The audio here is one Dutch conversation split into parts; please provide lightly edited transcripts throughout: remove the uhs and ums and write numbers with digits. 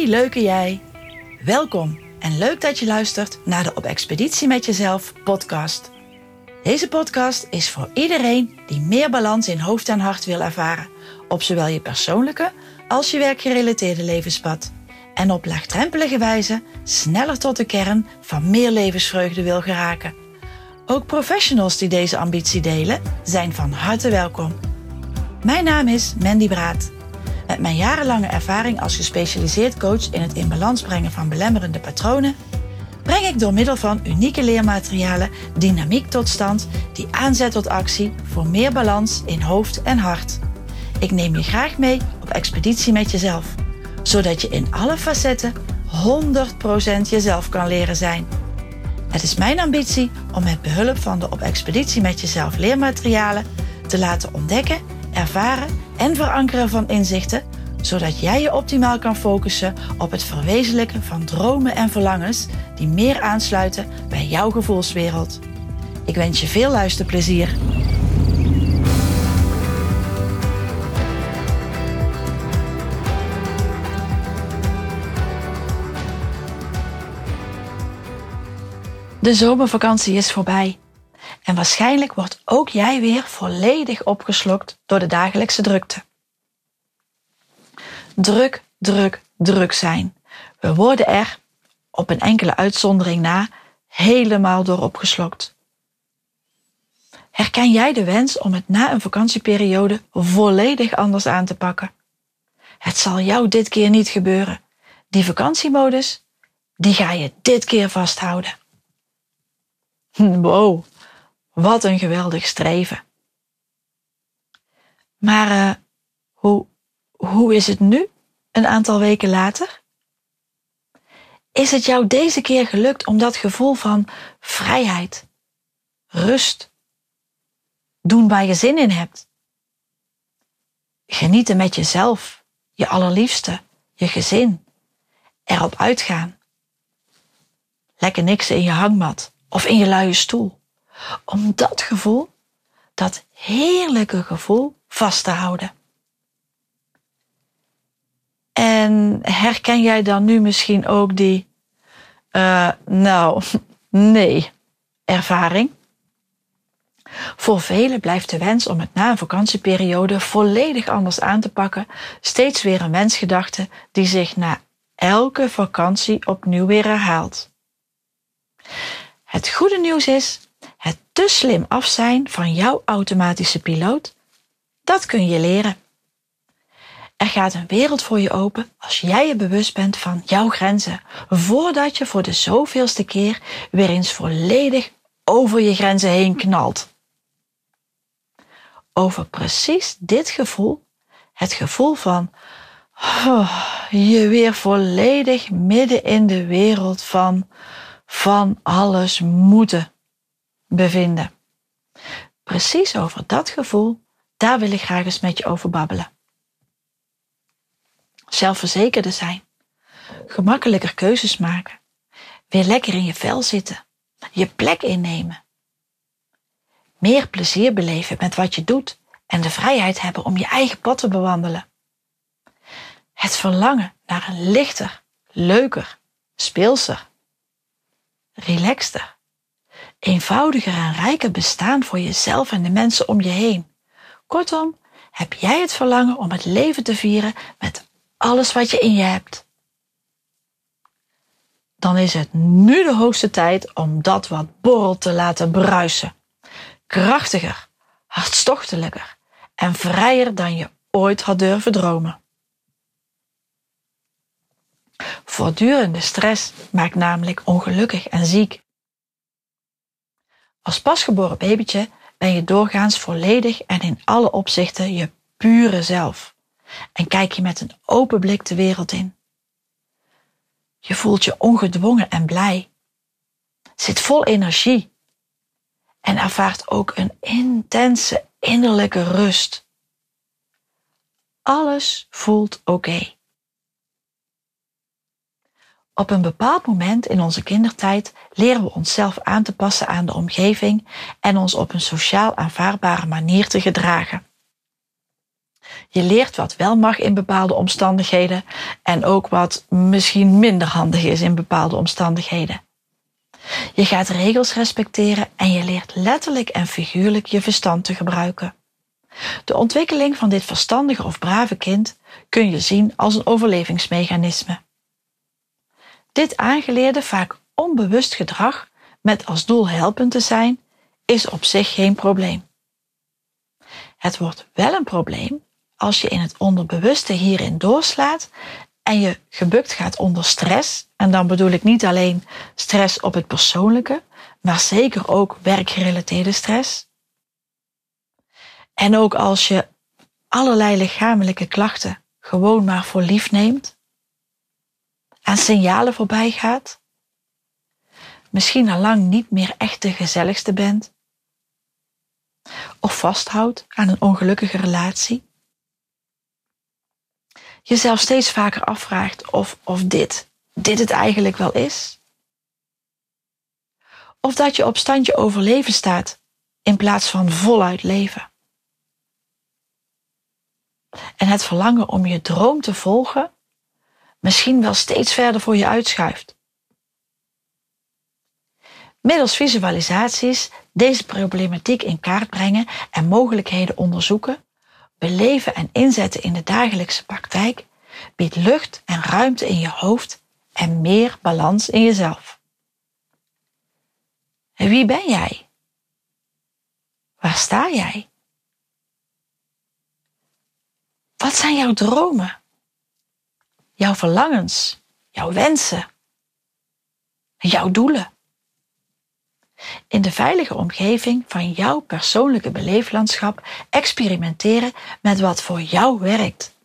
Hey leuke jij! Welkom en leuk dat je luistert naar de Op Expeditie met Jezelf podcast. Deze podcast is voor iedereen die meer balans in hoofd en hart wil ervaren, op zowel je persoonlijke als je werkgerelateerde levenspad. En op laagdrempelige wijze sneller tot de kern van meer levensvreugde wil geraken. Ook professionals die deze ambitie delen, zijn van harte welkom. Mijn naam is Mandy Braat. Met mijn jarenlange ervaring als gespecialiseerd coach in het in balans brengen van belemmerende patronen, breng ik door middel van unieke leermaterialen dynamiek tot stand die aanzet tot actie voor meer balans in hoofd en hart. Ik neem je graag mee op expeditie met jezelf, zodat je in alle facetten 100% jezelf kan leren zijn. Het is mijn ambitie om met behulp van de Op Expeditie met Jezelf leermaterialen te laten ontdekken, ervaren en verankeren van inzichten, zodat jij je optimaal kan focussen op het verwezenlijken van dromen en verlangens die meer aansluiten bij jouw gevoelswereld. Ik wens je veel luisterplezier. De zomervakantie is voorbij. En waarschijnlijk wordt ook jij weer volledig opgeslokt door de dagelijkse drukte. Druk zijn. We worden er, op een enkele uitzondering na, helemaal door opgeslokt. Herken jij de wens om het na een vakantieperiode volledig anders aan te pakken? Het zal jou dit keer niet gebeuren. Die vakantiemodus, die ga je dit keer vasthouden. Wow, wat een geweldig streven. Maar hoe is het nu, een aantal weken later? Is het jou deze keer gelukt om dat gevoel van vrijheid, rust, doen waar je zin in hebt, genieten met jezelf, je allerliefste, je gezin, erop uitgaan, lekker niksen in je hangmat of in je luie stoel, om dat gevoel, dat heerlijke gevoel, vast te houden? En herken jij dan nu misschien ook die, nee, ervaring? Voor velen blijft de wens om het na een vakantieperiode volledig anders aan te pakken steeds weer een wensgedachte die zich na elke vakantie opnieuw weer herhaalt. Het goede nieuws is, het te slim af zijn van jouw automatische piloot, dat kun je leren. Er gaat een wereld voor je open als jij je bewust bent van jouw grenzen, voordat je voor de zoveelste keer weer eens volledig over je grenzen heen knalt. Over precies dit gevoel, het gevoel van je weer volledig midden in de wereld van alles moeten bevinden. Precies over dat gevoel, daar wil ik graag eens met je over babbelen. Zelfverzekerder zijn, gemakkelijker keuzes maken, weer lekker in je vel zitten, je plek innemen, meer plezier beleven met wat je doet en de vrijheid hebben om je eigen pad te bewandelen. Het verlangen naar een lichter, leuker, speelser, relaxter, eenvoudiger en rijker bestaan voor jezelf en de mensen om je heen. Kortom, heb jij het verlangen om het leven te vieren met alles wat je in je hebt? Dan is het nu de hoogste tijd om dat wat borrelt te laten bruisen. Krachtiger, hartstochtelijker en vrijer dan je ooit had durven dromen. Voortdurende stress maakt namelijk ongelukkig en ziek. Als pasgeboren babytje ben je doorgaans volledig en in alle opzichten je pure zelf. En kijk je met een open blik de wereld in. Je voelt je ongedwongen en blij. Zit vol energie. En ervaart ook een intense innerlijke rust. Alles voelt oké. Op een bepaald moment in onze kindertijd leren we onszelf aan te passen aan de omgeving en ons op een sociaal aanvaardbare manier te gedragen. Je leert wat wel mag in bepaalde omstandigheden en ook wat misschien minder handig is in bepaalde omstandigheden. Je gaat regels respecteren en je leert letterlijk en figuurlijk je verstand te gebruiken. De ontwikkeling van dit verstandige of brave kind kun je zien als een overlevingsmechanisme. Dit aangeleerde, vaak onbewust gedrag met als doel helpend te zijn, is op zich geen probleem. Het wordt wel een probleem als je in het onderbewuste hierin doorslaat en je gebukt gaat onder stress. En dan bedoel ik niet alleen stress op het persoonlijke, maar zeker ook werkgerelateerde stress. En ook als je allerlei lichamelijke klachten gewoon maar voor lief neemt, aan signalen voorbij gaat, misschien al lang niet meer echt de gezelligste bent, of vasthoudt aan een ongelukkige relatie, jezelf steeds vaker afvraagt of dit het eigenlijk wel is, of dat je op standje overleven staat in plaats van voluit leven. En het verlangen om je droom te volgen misschien wel steeds verder voor je uitschuift. Middels visualisaties deze problematiek in kaart brengen en mogelijkheden onderzoeken, beleven en inzetten in de dagelijkse praktijk, biedt lucht en ruimte in je hoofd en meer balans in jezelf. En wie ben jij? Waar sta jij? Wat zijn jouw dromen? Jouw verlangens? Jouw wensen? Jouw doelen? In de veilige omgeving van jouw persoonlijke beleeflandschap experimenteren met wat voor jou werkt.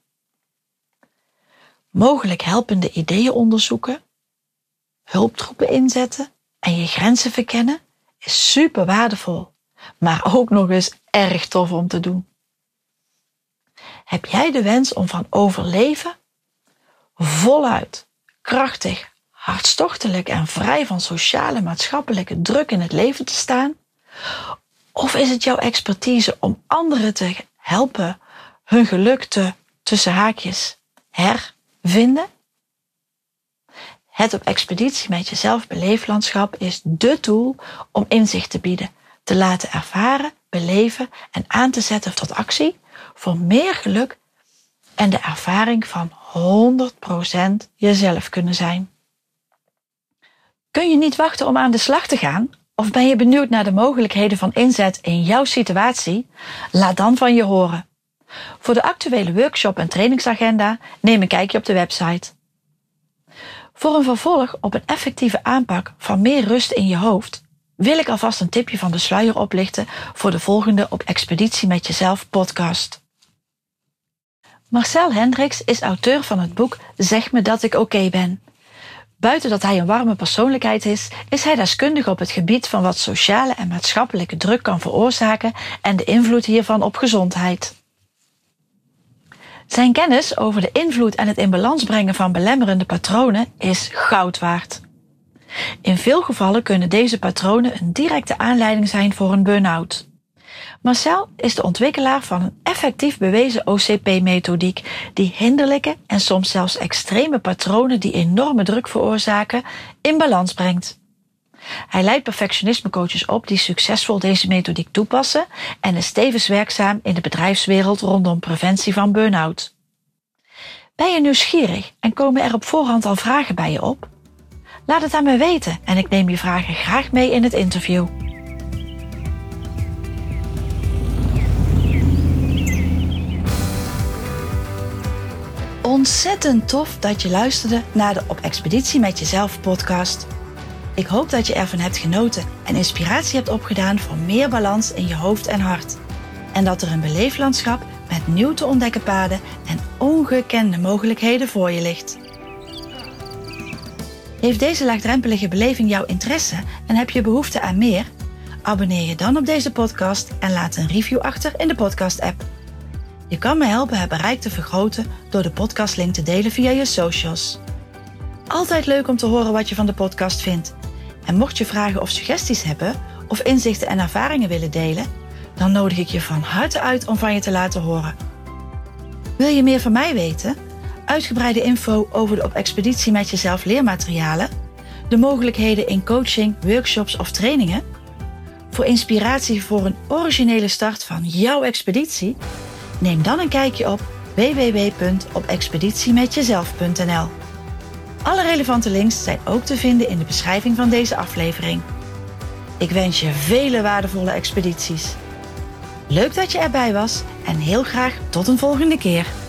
Mogelijk helpende ideeën onderzoeken, hulptroepen inzetten en je grenzen verkennen is super waardevol, maar ook nog eens erg tof om te doen. Heb jij de wens om van overleven, voluit, krachtig, hartstochtelijk en vrij van sociale maatschappelijke druk in het leven te staan? Of is het jouw expertise om anderen te helpen hun geluk te, tussen haakjes, hervinden? Het op expeditie met jezelf beleeflandschap is dé tool om inzicht te bieden, te laten ervaren, beleven en aan te zetten tot actie voor meer geluk en de ervaring van 100% jezelf kunnen zijn. Kun je niet wachten om aan de slag te gaan? Of ben je benieuwd naar de mogelijkheden van inzet in jouw situatie? Laat dan van je horen. Voor de actuele workshop en trainingsagenda neem een kijkje op de website. Voor een vervolg op een effectieve aanpak van meer rust in je hoofd wil ik alvast een tipje van de sluier oplichten voor de volgende Op Expeditie met Jezelf podcast. Marcel Hendricks is auteur van het boek Zeg me dat ik oké ben. Buiten dat hij een warme persoonlijkheid is hij deskundig op het gebied van wat sociale en maatschappelijke druk kan veroorzaken en de invloed hiervan op gezondheid. Zijn kennis over de invloed en het in balans brengen van belemmerende patronen is goud waard. In veel gevallen kunnen deze patronen een directe aanleiding zijn voor een burn-out. Marcel is de ontwikkelaar van een effectief bewezen OCP-methodiek die hinderlijke en soms zelfs extreme patronen die enorme druk veroorzaken in balans brengt. Hij leidt perfectionismecoaches op die succesvol deze methodiek toepassen en is tevens werkzaam in de bedrijfswereld rondom preventie van burn-out. Ben je nieuwsgierig en komen er op voorhand al vragen bij je op? Laat het aan mij weten en ik neem je vragen graag mee in het interview. Ontzettend tof dat je luisterde naar de Op Expeditie met Jezelf podcast. Ik hoop dat je ervan hebt genoten en inspiratie hebt opgedaan voor meer balans in je hoofd en hart. En dat er een beleeflandschap met nieuw te ontdekken paden en ongekende mogelijkheden voor je ligt. Heeft deze laagdrempelige beleving jouw interesse en heb je behoefte aan meer? Abonneer je dan op deze podcast en laat een review achter in de podcast-app. Je kan me helpen het bereik te vergroten door de podcastlink te delen via je socials. Altijd leuk om te horen wat je van de podcast vindt. En mocht je vragen of suggesties hebben of inzichten en ervaringen willen delen, dan nodig ik je van harte uit om van je te laten horen. Wil je meer van mij weten? Uitgebreide info over de Op Expeditie met Jezelf leermaterialen? De mogelijkheden in coaching, workshops of trainingen? Voor inspiratie voor een originele start van jouw expeditie? Neem dan een kijkje op www.opexpeditiemetjezelf.nl. Alle relevante links zijn ook te vinden in de beschrijving van deze aflevering. Ik wens je vele waardevolle expedities. Leuk dat je erbij was en heel graag tot een volgende keer.